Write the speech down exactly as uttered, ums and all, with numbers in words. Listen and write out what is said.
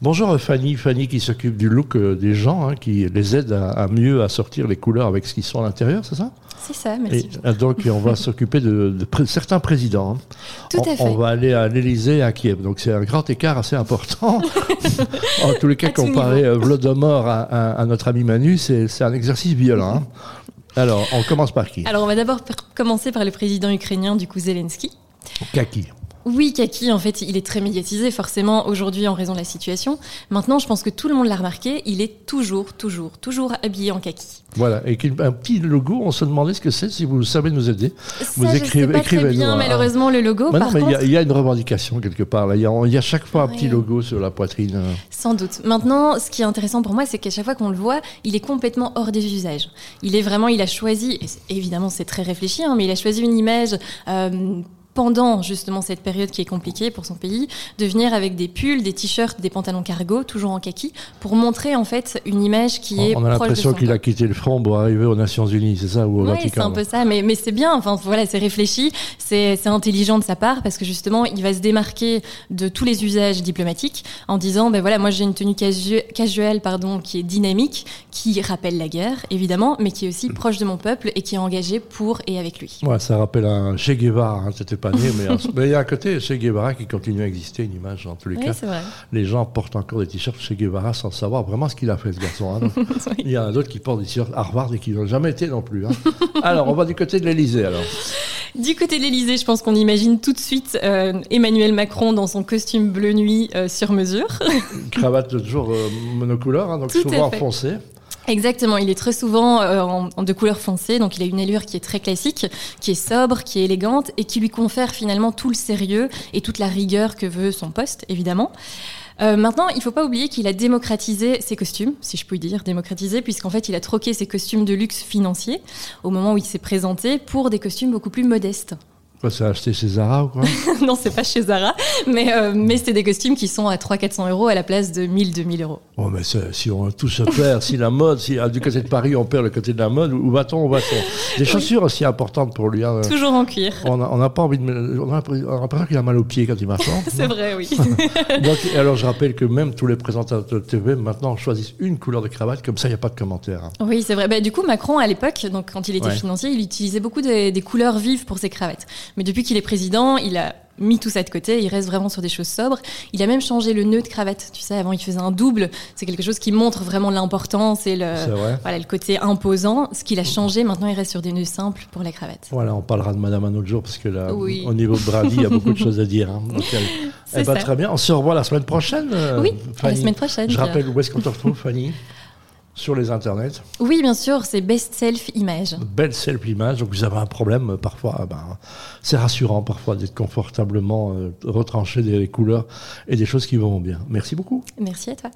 Bonjour Fanny, Fanny qui s'occupe du look euh, des gens, hein, qui les aide à, à mieux à sortir les couleurs avec ce qu'ils sont à l'intérieur, c'est ça? C'est ça, merci. Et euh, donc on va s'occuper de, de pré- certains présidents. hein. Tout on, à fait. on va aller à l'Élysée et à Kiev, donc c'est un grand écart assez important. En tous les cas, À tout comparer niveau. euh, Volodymyr à, à- à notre ami Manu, c'est, c'est un exercice violent. hein. Alors, on commence par qui? Alors, on va d'abord per- commencer par le président ukrainien, du coup, Zelensky. Kaki. Oui, Kaki, en fait, il est très médiatisé, forcément, aujourd'hui, en raison de la situation. Maintenant, je pense que tout le monde l'a remarqué, il est toujours, toujours, toujours habillé en kaki. Voilà, et qu'il- un petit logo, on se demandait ce que c'est, si vous savez nous aider. Vous Ça, je écrivez- sais pas très écrivez-nous, bien, hein. malheureusement, le logo. Mais non, Par mais il y, contre, a- il y a une revendication quelque part. Là. Il, y a, il y a chaque fois un Ouais. petit logo sur la poitrine. euh. sans doute. Maintenant, ce qui est intéressant pour moi, c'est qu'à chaque fois qu'on le voit, il est complètement hors des usages. Il est vraiment, il a choisi, et c'est- évidemment, c'est très réfléchi, hein, mais il a choisi une image. Euh, pendant justement cette période qui est compliquée pour son pays, de venir avec des pulls, des t-shirts, des pantalons cargo, toujours en kaki, pour montrer en fait une image qui est On a proche de l'impression son qu'il a peuple. quitté le front pour arriver aux Nations Unies, c'est ça, ou au Oui, c'est Vatican. un peu ça, mais, mais c'est bien, enfin voilà, c'est réfléchi, c'est, c'est intelligent de sa part, parce que justement, il va se démarquer de tous les usages diplomatiques en disant, ben voilà, moi j'ai une tenue casu- casual, pardon, qui est dynamique, qui rappelle la guerre, évidemment, mais qui est aussi proche de mon peuple et qui est engagé pour et avec lui. Ouais, ça rappelle un Che Guevara, hein, c'était pas né, mais, mais il y a un côté Che Guevara qui continue à exister, une image en tous les Oui, cas. c'est vrai. Les gens portent encore des t-shirts Che Guevara sans savoir vraiment ce qu'il a fait, ce garçon. hein. Donc, Oui. il y en a d'autres qui portent des t-shirts Harvard et qui n'ont jamais été non plus. hein. Alors, on va du côté de l'Élysée, alors. Du côté de l'Élysée, je pense qu'on imagine tout de suite euh, Emmanuel Macron dans son costume bleu nuit euh, sur mesure. Une cravate toujours euh, monocouleur, hein, donc Tout à souvent fait. foncée. Exactement, il est très souvent euh, en, en de couleur foncée, donc il a une allure qui est très classique, qui est sobre, qui est élégante et qui lui confère finalement tout le sérieux et toute la rigueur que veut son poste, évidemment. Euh, maintenant, il ne faut pas oublier qu'il a démocratisé ses costumes, si je puis dire, démocratisé, puisqu'en fait, il a troqué ses costumes de luxe financiers au moment où il s'est présenté pour des costumes beaucoup plus modestes. Quoi, c'est acheté chez Zara ou quoi? Non, c'est pas chez Zara, mais, euh, mais c'est des costumes qui sont à trois cents à quatre cents euros à la place de mille, deux mille euros. Oh, mais c'est- si on tout se perd, si la mode, si ah, du côté de Paris on perd le côté de la mode, où va-t-on, où va-t-on? Des chaussures aussi importantes pour lui. hein. Toujours en cuir. On n'a on n'a pas envie de. me- On a l'impression on a l'impression qu'il a mal aux pieds quand il marche. hein. C'est vrai, oui. Donc, et alors je rappelle que même tous les présentateurs de T V maintenant choisissent une couleur de cravate, comme ça il n'y a pas de commentaire. hein. Oui, c'est vrai. Bah, du coup, Macron, à l'époque, donc quand il était Ouais. financier, il utilisait beaucoup des, des couleurs vives pour ses cravates. Mais depuis qu'il est président, il a mis tout ça de côté. Il reste vraiment sur des choses sobres. Il a même changé le nœud de cravate. Tu sais, avant, il faisait un double. C'est quelque chose qui montre vraiment l'importance et le, C'est vrai. voilà, le côté imposant. Ce qu'il a changé, maintenant, il reste sur des nœuds simples pour la cravate. Voilà, on parlera de Madame un autre jour parce que là, Oui. au niveau de Brady, il y a beaucoup de choses à dire. hein. Donc, elle- C'est eh ben, ça. très bien. On se revoit la semaine prochaine. euh, Oui, à la Fanny. semaine prochaine. Je Pierre. rappelle où est-ce qu'on te retrouve, Fanny? Sur les internets. Oui, bien sûr, c'est Best Self Image. Belle self-image. Donc vous avez un problème, euh, parfois, ah ben, c'est rassurant parfois d'être confortablement euh, retranché des couleurs et des choses qui vont bien. Merci beaucoup. Merci à toi.